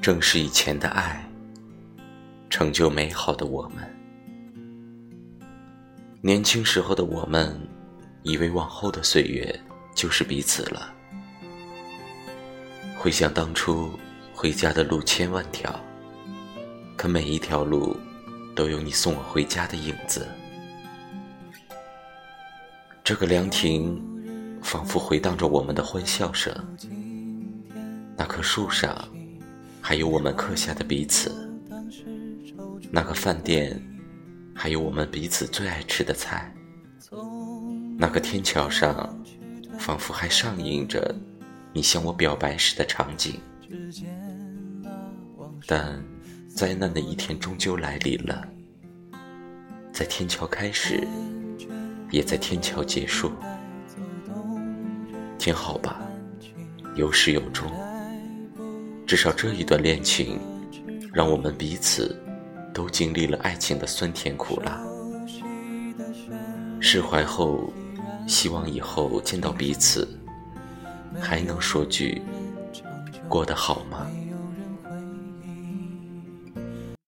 正是以前的爱成就美好的我们。年轻时候的我们以为往后的岁月就是彼此了。回想当初回家的路千万条，可每一条路都有你送我回家的影子。这个凉亭仿佛回荡着我们的欢笑声，那棵树上还有我们刻下的彼此，那个饭店还有我们彼此最爱吃的菜，那个天桥上仿佛还上映着你向我表白时的场景。但灾难的一天终究来临了，在天桥开始，也在天桥结束。挺好吧，有始有终，至少这一段恋情让我们彼此都经历了爱情的酸甜苦辣。释怀后，希望以后见到彼此还能说句过得好吗。